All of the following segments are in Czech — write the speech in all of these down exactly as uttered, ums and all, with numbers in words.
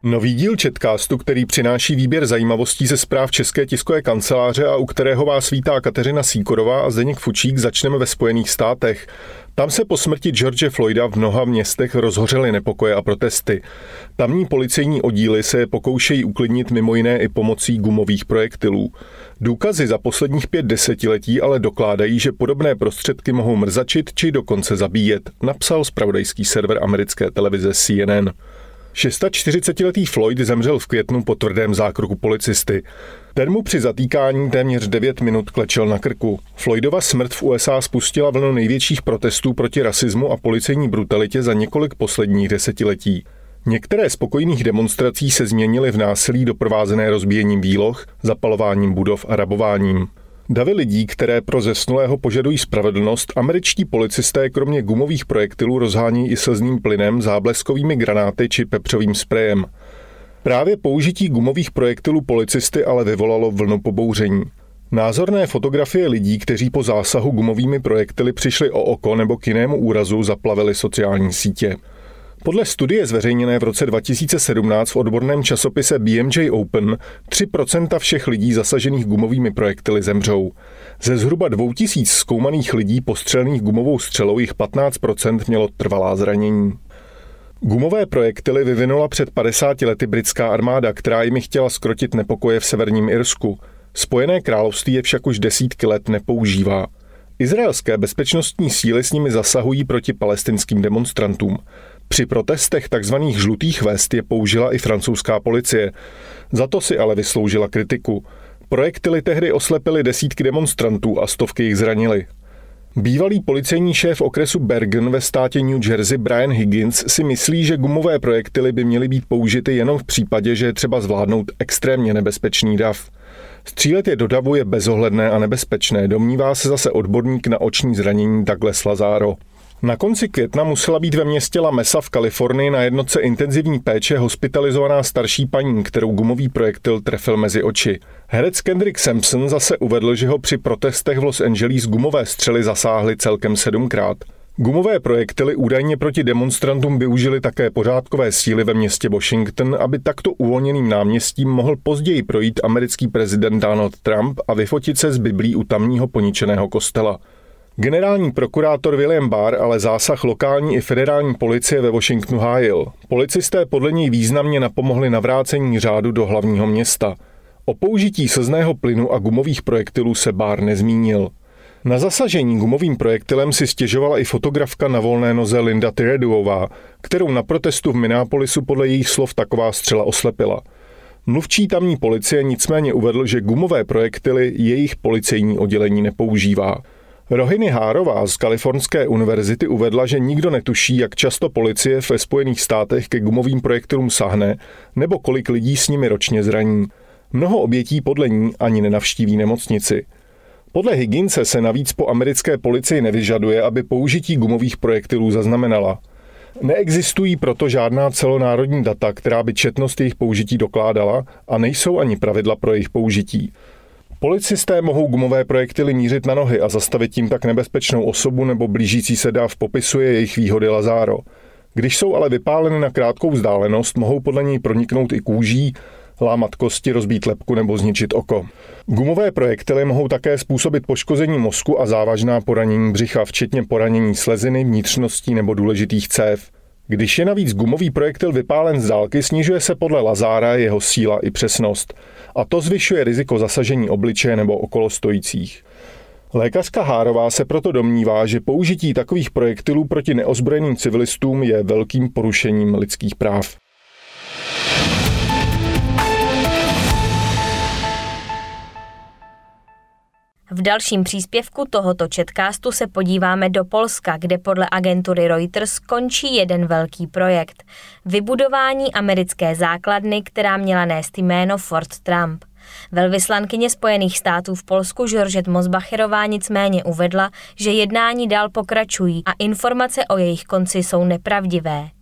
Nový díl Chatcastu, který přináší výběr zajímavostí ze zpráv České tiskové kanceláře a u kterého vás vítá Kateřina Sýkorová a Zdeněk Fučík, začneme ve Spojených státech. Tam se po smrti George Floyda v mnoha městech rozhořely nepokoje a protesty. Tamní policejní oddíly se je pokoušejí uklidnit mimo jiné i pomocí gumových projektilů. Důkazy za posledních pět desetiletí ale dokládají, že podobné prostředky mohou mrzačit či dokonce zabíjet, napsal zpravodajský server americké televize C N N. čtyřicetišestiletý Floyd zemřel v květnu po tvrdém zákroku policisty. Ten mu při zatýkání téměř devět minut klečel na krku. Floydova smrt v U S A spustila vlnu největších protestů proti rasismu a policejní brutalitě za několik posledních desetiletí. Některé z pokojných demonstrací se změnily v násilí doprovázené rozbíjením výloh, zapalováním budov a rabováním. Davy lidí, které pro zesnulého požadují spravedlnost, američtí policisté kromě gumových projektilů rozhání i slzným plynem, zábleskovými granáty či pepřovým sprejem. Právě použití gumových projektilů policisty ale vyvolalo vlnu pobouření. Názorné fotografie lidí, kteří po zásahu gumovými projektily přišli o oko nebo k jinému úrazu, zaplavily sociální sítě. Podle studie zveřejněné v roce dva tisíce sedmnáct v odborném časopise B M J Open tři procenta všech lidí zasažených gumovými projektily zemřou. Ze zhruba dvou tisíc zkoumaných lidí postřelených gumovou střelou jich patnáct procent mělo trvalá zranění. Gumové projektily vyvinula před padesáti lety britská armáda, která jimi chtěla zkrotit nepokoje v severním Irsku. Spojené království je však už desítky let nepoužívá. Izraelské bezpečnostní síly s nimi zasahují proti palestinským demonstrantům. Při protestech tzv. Žlutých vest je použila i francouzská policie. Za to si ale vysloužila kritiku. Projektily tehdy oslepily desítky demonstrantů a stovky jich zranily. Bývalý policejní šéf okresu Bergen ve státě New Jersey Brian Higgins si myslí, že gumové projektily by měly být použity jenom v případě, že je třeba zvládnout extrémně nebezpečný dav. Střílet je do davu je bezohledné a nebezpečné, domnívá se zase odborník na oční zranění Douglas Lazaro. Na konci května musela být ve městě La Mesa v Kalifornii na jednotce intenzivní péče hospitalizovaná starší paní, kterou gumový projektil trefil mezi oči. Herec Kendrick Sampson zase uvedl, že ho při protestech v Los Angeles gumové střely zasáhly celkem sedmkrát. Gumové projektily údajně proti demonstrantům využili také pořádkové síly ve městě Washington, aby takto uvolněným náměstím mohl později projít americký prezident Donald Trump a vyfotit se s Biblí u tamního poničeného kostela. Generální prokurátor William Barr ale zásah lokální i federální policie ve Washingtonu hájil. Policisté podle něj významně napomohli navrácení řádu do hlavního města. O použití slzného plynu a gumových projektilů se Barr nezmínil. Na zasažení gumovým projektilem si stěžovala i fotografka na volné noze Linda Tyreduová, kterou na protestu v Minneapolisu podle jejich slov taková střela oslepila. Mluvčí tamní policie nicméně uvedl, že gumové projektily jejich policejní oddělení nepoužívá. Rohini Hárová z Kalifornské univerzity uvedla, že nikdo netuší, jak často policie ve Spojených státech ke gumovým projektilům sahne, nebo kolik lidí s nimi ročně zraní. Mnoho obětí podle ní ani nenavštíví nemocnici. Podle Higginse se navíc po americké policii nevyžaduje, aby použití gumových projektilů zaznamenala. Neexistují proto žádná celonárodní data, která by četnost jejich použití dokládala, a nejsou ani pravidla pro jejich použití. Policisté mohou gumové projektily mířit na nohy a zastavit tím tak nebezpečnou osobu nebo blížící se dáv, popisuje jejich výhody Lazaro. Když jsou ale vypáleny na krátkou vzdálenost, mohou podle něj proniknout i kůží, lámat kosti, rozbít lebku nebo zničit oko. Gumové projektily mohou také způsobit poškození mozku a závažná poranění břicha, včetně poranění sleziny, vnitřností nebo důležitých cév. Když je navíc gumový projektil vypálen z dálky, snižuje se podle Lazára jeho síla i přesnost. A to zvyšuje riziko zasažení obličeje nebo okolostojících. Lékařka Hárová se proto domnívá, že použití takových projektilů proti neozbrojeným civilistům je velkým porušením lidských práv. V dalším příspěvku tohoto Chatcastu se podíváme do Polska, kde podle agentury Reuters končí jeden velký projekt. Vybudování americké základny, která měla nést jméno Fort Trump. Velvyslankyně Spojených států v Polsku Georgette Mosbacherová nicméně uvedla, že jednání dál pokračují a informace o jejich konci jsou nepravdivé.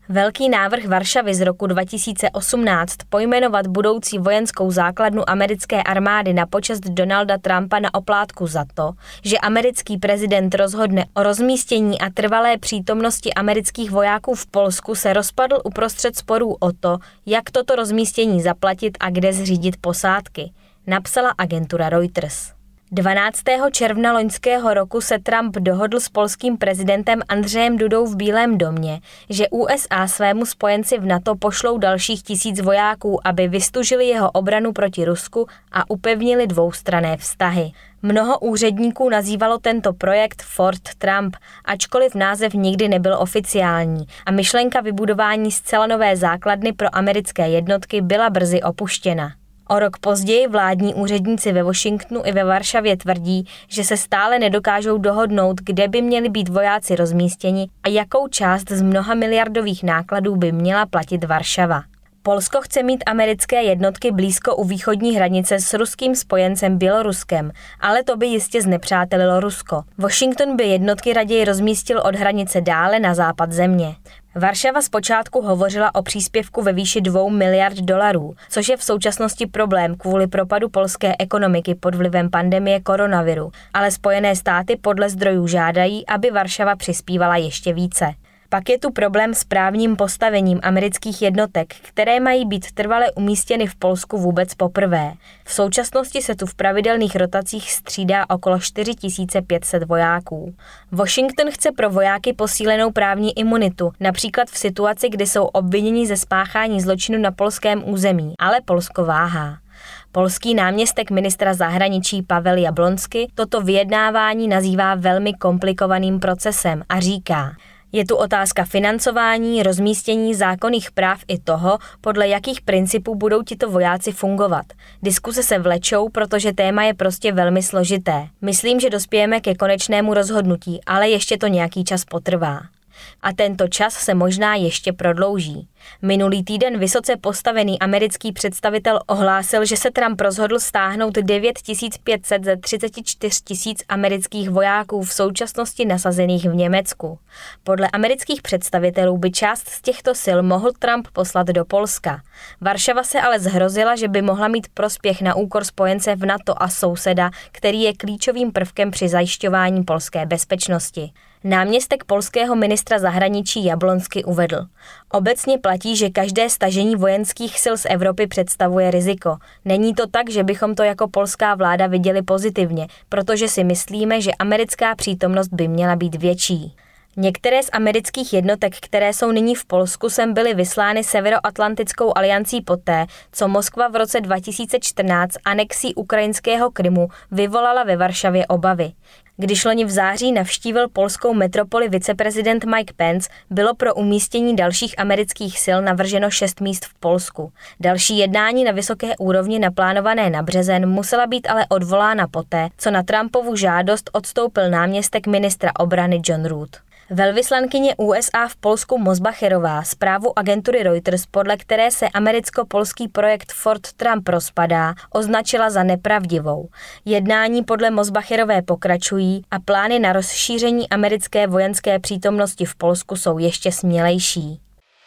Velký návrh Varšavy z roku dva tisíce osmnáct pojmenovat budoucí vojenskou základnu americké armády na počest Donalda Trumpa na oplátku za to, že americký prezident rozhodne o rozmístění a trvalé přítomnosti amerických vojáků v Polsku, se rozpadl uprostřed sporů o to, jak toto rozmístění zaplatit a kde zřídit posádky, napsala agentura Reuters. dvanáctého června loňského roku se Trump dohodl s polským prezidentem Andřejem Dudou v Bílém domě, že U S A svému spojenci v NATO pošlou dalších tisíc vojáků, aby vystužili jeho obranu proti Rusku a upevnili dvoustranné vztahy. Mnoho úředníků nazývalo tento projekt Fort Trump, ačkoliv název nikdy nebyl oficiální a myšlenka vybudování zcela nové základny pro americké jednotky byla brzy opuštěna. O rok později vládní úředníci ve Washingtonu i ve Varšavě tvrdí, že se stále nedokážou dohodnout, kde by měli být vojáci rozmístěni a jakou část z mnoha miliardových nákladů by měla platit Varšava. Polsko chce mít americké jednotky blízko u východní hranice s ruským spojencem Běloruskem, ale to by jistě znepřátelilo Rusko. Washington by jednotky raději rozmístil od hranice dále na západ země. Varšava zpočátku hovořila o příspěvku ve výši dvou miliard dolarů, což je v současnosti problém kvůli propadu polské ekonomiky pod vlivem pandemie koronaviru, ale Spojené státy podle zdrojů žádají, aby Varšava přispívala ještě více. Pak je tu problém s právním postavením amerických jednotek, které mají být trvale umístěny v Polsku vůbec poprvé. V současnosti se tu v pravidelných rotacích střídá okolo čtyři tisíce pět set vojáků. Washington chce pro vojáky posílenou právní imunitu, například v situaci, kdy jsou obviněni ze spáchání zločinu na polském území, ale Polsko váhá. Polský náměstek ministra zahraničí Pavel Jablonsky toto vyjednávání nazývá velmi komplikovaným procesem a říká: je tu otázka financování, rozmístění zákonných práv i toho, podle jakých principů budou tito vojáci fungovat. Diskuse se vlečou, protože téma je prostě velmi složité. Myslím, že dospějeme ke konečnému rozhodnutí, ale ještě to nějaký čas potrvá. A tento čas se možná ještě prodlouží. Minulý týden vysoce postavený americký představitel ohlásil, že se Trump rozhodl stáhnout devět tisíc pět set ze třicet čtyři tisíc amerických vojáků v současnosti nasazených v Německu. Podle amerických představitelů by část z těchto sil mohl Trump poslat do Polska. Varšava se ale zhrozila, že by mohla mít prospěch na úkor spojence v NATO a souseda, který je klíčovým prvkem při zajišťování polské bezpečnosti. Náměstek polského ministra zahraničí Jablonsky uvedl: obecně platí, že každé stažení vojenských sil z Evropy představuje riziko. Není to tak, že bychom to jako polská vláda viděli pozitivně, protože si myslíme, že americká přítomnost by měla být větší. Některé z amerických jednotek, které jsou nyní v Polsku, sem byly vyslány Severoatlantickou aliancí poté, co Moskva v roce dva tisíce čtrnáct anexí ukrajinského Krymu vyvolala ve Varšavě obavy. Když loni v září navštívil polskou metropoli viceprezident Mike Pence, bylo pro umístění dalších amerických sil navrženo šest míst v Polsku. Další jednání na vysoké úrovni naplánované na březen musela být ale odvolána poté, co na Trumpovu žádost odstoupil náměstek ministra obrany John Root. Velvyslankyně U S A v Polsku Mosbacherová zprávu agentury Reuters, podle které se americko-polský projekt Fort Trump rozpadá, označila za nepravdivou. Jednání podle Mosbacherové pokračují a plány na rozšíření americké vojenské přítomnosti v Polsku jsou ještě smělejší.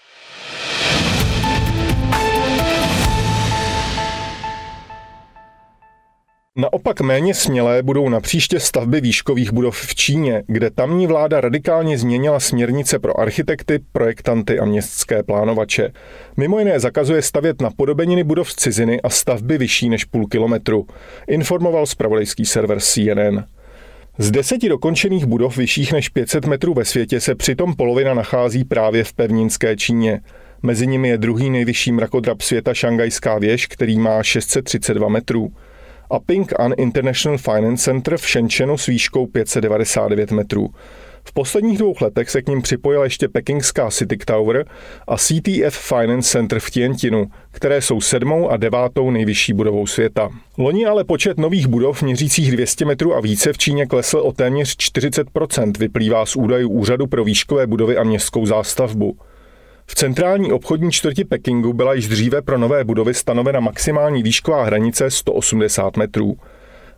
Naopak méně smělé budou napříště stavby výškových budov v Číně, kde tamní vláda radikálně změnila směrnice pro architekty, projektanty a městské plánovače. Mimo jiné zakazuje stavět napodobeniny budov z ciziny a stavby vyšší než půl kilometru, informoval zpravodajský server C N N. Z deseti dokončených budov vyšších než pět set metrů ve světě se přitom polovina nachází právě v pevninské Číně. Mezi nimi je druhý nejvyšší mrakodrap světa Šangajská věž, který má šest set třicet dva metrů. A Ping An International Finance Center v Shenzhenu s výškou pět set devadesát devět metrů. V posledních dvou letech se k nim připojila ještě pekingská City Tower a C T F Finance Center v Tientinu, které jsou sedmou a devátou nejvyšší budovou světa. Loni ale počet nových budov měřících dvě stě metrů a více v Číně klesl o téměř čtyřicet procent, vyplývá z údajů Úřadu pro výškové budovy a městskou zástavbu. V centrální obchodní čtvrti Pekingu byla již dříve pro nové budovy stanovena maximální výšková hranice sto osmdesát metrů.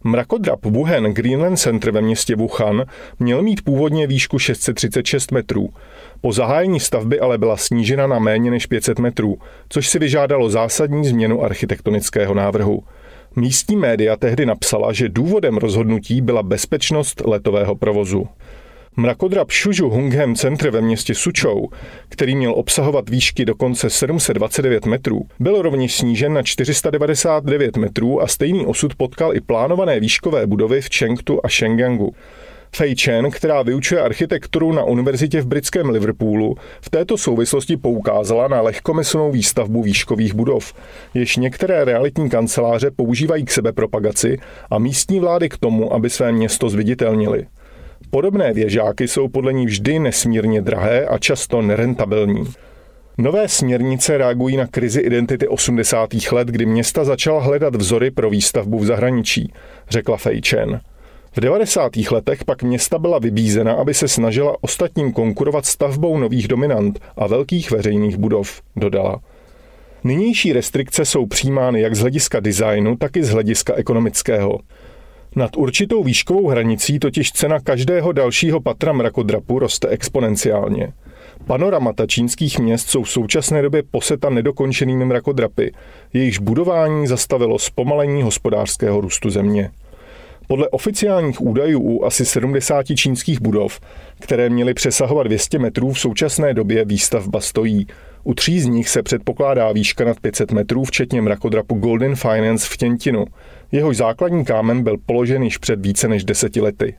Mrakodrap Wuhan Greenland Center ve městě Wuhan měl mít původně výšku šest set třicet šest metrů. Po zahájení stavby ale byla snížena na méně než pět set metrů, což si vyžádalo zásadní změnu architektonického návrhu. Místní média tehdy napsala, že důvodem rozhodnutí byla bezpečnost letového provozu. Mrakodrap Shuzhou Hungham Center ve městě Suchou, který měl obsahovat výšky dokonce sedm set dvacet devět metrů, byl rovněž snížen na čtyři sta devadesát devět metrů a stejný osud potkal i plánované výškové budovy v Chengdu a Shenzhenu. Fei Chen, která vyučuje architekturu na univerzitě v britském Liverpoolu, v této souvislosti poukázala na lehkomyslnou výstavbu výškových budov, jež některé realitní kanceláře používají k sebepropagaci a místní vlády k tomu, aby své město zviditelnili. Podobné věžáky jsou podle ní vždy nesmírně drahé a často nerentabilní. Nové směrnice reagují na krizi identity osmdesátých let, kdy města začala hledat vzory pro výstavbu v zahraničí, řekla Fei Chen. V devadesátých letech pak města byla vybízena, aby se snažila ostatním konkurovat stavbou nových dominant a velkých veřejných budov, dodala. Nynější restrikce jsou přijímány jak z hlediska designu, tak i z hlediska ekonomického. Nad určitou výškovou hranicí totiž cena každého dalšího patra mrakodrapu roste exponenciálně. Panoramata čínských měst jsou v současné době poseta nedokončenými mrakodrapy, jejichž budování zastavilo zpomalení hospodářského růstu země. Podle oficiálních údajů u asi sedmdesáti čínských budov, které měly přesahovat dvě stě metrů, v současné době výstavba stojí. U tří z nich se předpokládá výška nad pět set metrů, včetně mrakodrapu Golden Finance v Tianjinu. Jehož základní kámen byl položen již před více než deseti lety.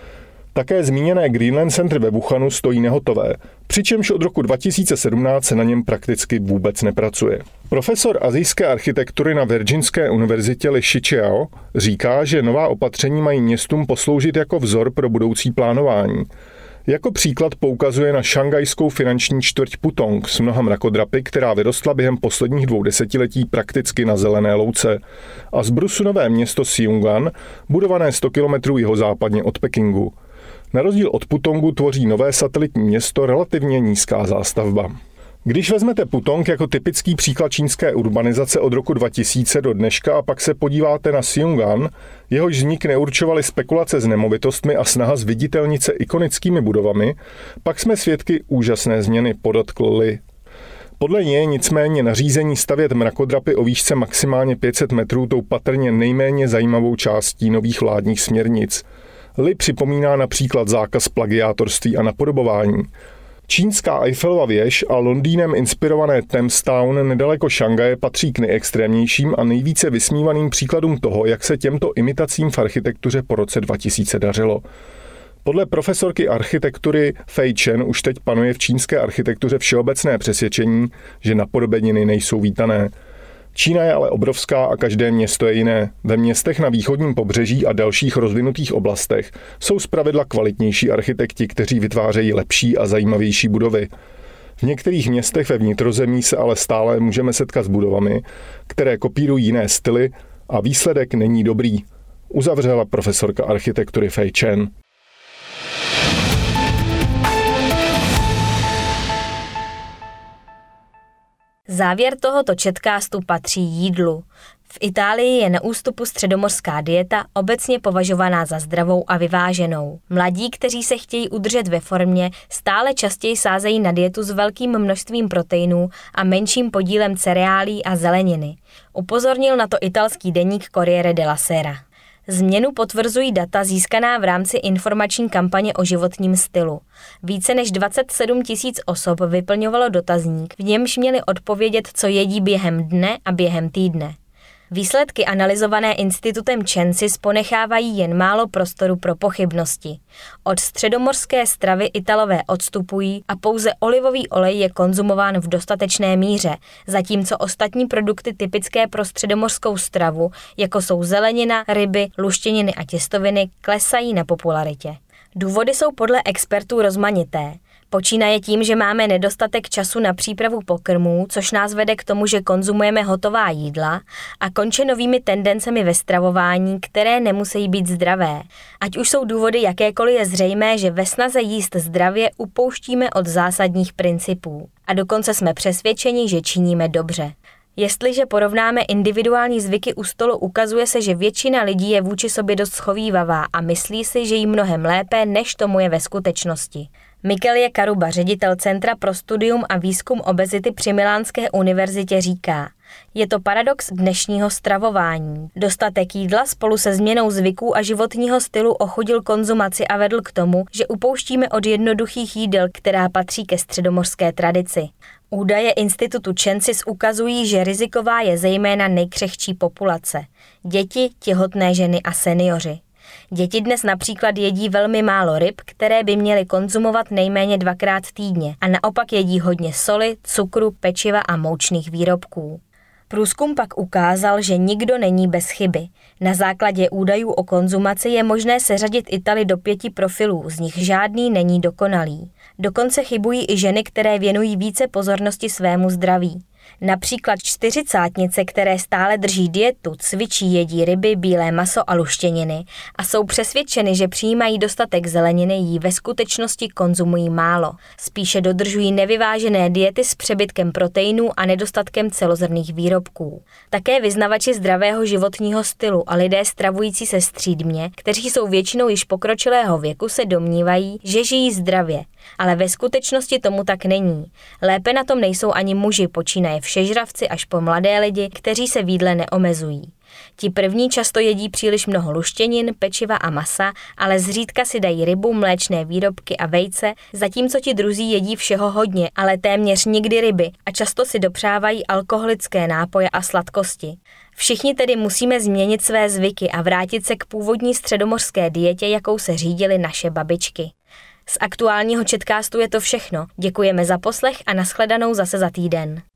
Také zmíněné Greenland Center ve Wuhanu stojí nehotové, přičemž od roku dva tisíce sedmnáct se na něm prakticky vůbec nepracuje. Profesor asijské architektury na Virginské univerzitě Li Shiqiao říká, že nová opatření mají městům posloužit jako vzor pro budoucí plánování. Jako příklad poukazuje na šanghajskou finanční čtvrť Putong s mnoha mrakodrapy, která vyrostla během posledních dvou desetiletí prakticky na zelené louce, a z brusu nové město Siungan, budované sto kilometrů jihozápadně od Pekingu. Na rozdíl od Putongu tvoří nové satelitní město relativně nízká zástavba. Když vezmete Putong jako typický příklad čínské urbanizace od roku dva tisíce do dneška a pak se podíváte na Siungan, jehož vznik neurčovaly spekulace s nemovitostmi a snaha zviditelnit se ikonickými budovami, pak jsme svědky úžasné změny, podotkl Li. Podle něj nicméně nařízení stavět mrakodrapy o výšce maximálně pět set metrů tou patrně nejméně zajímavou částí nových vládních směrnic. Li připomíná například zákaz plagiátorství a napodobování. Čínská Eiffelova věž a Londýnem inspirované Thames Town nedaleko Šanghaje patří k nejextrémnějším a nejvíce vysmívaným příkladům toho, jak se těmto imitacím v architektuře po roce dva tisíce dařilo. Podle profesorky architektury Fei Chen už teď panuje v čínské architektuře všeobecné přesvědčení, že napodobeniny nejsou vítané. Čína je ale obrovská a každé město je jiné. Ve městech na východním pobřeží a dalších rozvinutých oblastech jsou zpravidla kvalitnější architekti, kteří vytvářejí lepší a zajímavější budovy. V některých městech ve vnitrozemí se ale stále můžeme setkat s budovami, které kopírují jiné styly a výsledek není dobrý, uzavřela profesorka architektury Fei Chen. Závěr tohoto četkástu patří jídlu. V Itálii je na ústupu středomořská dieta obecně považovaná za zdravou a vyváženou. Mladí, kteří se chtějí udržet ve formě, stále častěji sázejí na dietu s velkým množstvím proteinů a menším podílem cereálí a zeleniny. Upozornil na to italský deník Corriere della Sera. Změnu potvrzují data získaná v rámci informační kampaně o životním stylu. Více než dvacet sedm tisíc osob vyplňovalo dotazník, v němž měli odpovědět, co jedí během dne a během týdne. Výsledky analyzované institutem Censis ponechávají jen málo prostoru pro pochybnosti. Od středomořské stravy Italové odstupují a pouze olivový olej je konzumován v dostatečné míře, zatímco ostatní produkty typické pro středomořskou stravu, jako jsou zelenina, ryby, luštěniny a těstoviny, klesají na popularitě. Důvody jsou podle expertů rozmanité. Počínaje tím, že máme nedostatek času na přípravu pokrmů, což nás vede k tomu, že konzumujeme hotová jídla, a konče novými tendencemi ve stravování, které nemusí být zdravé. Ať už jsou důvody jakékoliv, je zřejmé, že ve snaze jíst zdravě upouštíme od zásadních principů. A dokonce jsme přesvědčeni, že činíme dobře. Jestliže porovnáme individuální zvyky u stolu, ukazuje se, že většina lidí je vůči sobě dost schovívavá a myslí si, že jí mnohem lépe, než tomu je ve skutečnosti. Michele Karuba, ředitel Centra pro studium a výzkum obezity při Milánské univerzitě, říká: je to paradox dnešního stravování. Dostatek jídla spolu se změnou zvyků a životního stylu ochudil konzumaci a vedl k tomu, že upouštíme od jednoduchých jídel, která patří ke středomořské tradici. Údaje institutu Censis ukazují, že riziková je zejména nejkřehčí populace – děti, těhotné ženy a seniori. Děti dnes například jedí velmi málo ryb, které by měly konzumovat nejméně dvakrát týdně, a naopak jedí hodně soli, cukru, pečiva a moučných výrobků. Průzkum pak ukázal, že nikdo není bez chyby. Na základě údajů o konzumaci je možné seřadit Italy do pěti profilů, z nich žádný není dokonalý. Dokonce chybují i ženy, které věnují více pozornosti svému zdraví. Například čtyřicátnice, které stále drží dietu, cvičí, jedí ryby, bílé maso a luštěniny a jsou přesvědčeny, že přijímají dostatek zeleniny, jí ve skutečnosti konzumují málo. Spíše dodržují nevyvážené diety s přebytkem proteinů a nedostatkem celozrnných výrobků. Také vyznavači zdravého životního stylu a lidé stravující se střídmě, kteří jsou většinou již pokročilého věku, se domnívají, že žijí zdravě. Ale ve skutečnosti tomu tak není. Lépe na tom nejsou ani muži, počínaje všežravci až po mladé lidi, kteří se v jídle neomezují. Ti první často jedí příliš mnoho luštěnin, pečiva a masa, ale zřídka si dají rybu, mléčné výrobky a vejce, zatímco ti druzí jedí všeho hodně, ale téměř nikdy ryby a často si dopřávají alkoholické nápoje a sladkosti. Všichni tedy musíme změnit své zvyky a vrátit se k původní středomořské dietě, jakou se řídily naše babičky. Z aktuálního Četcastu je to všechno. Děkujeme za poslech a nashledanou zase za týden.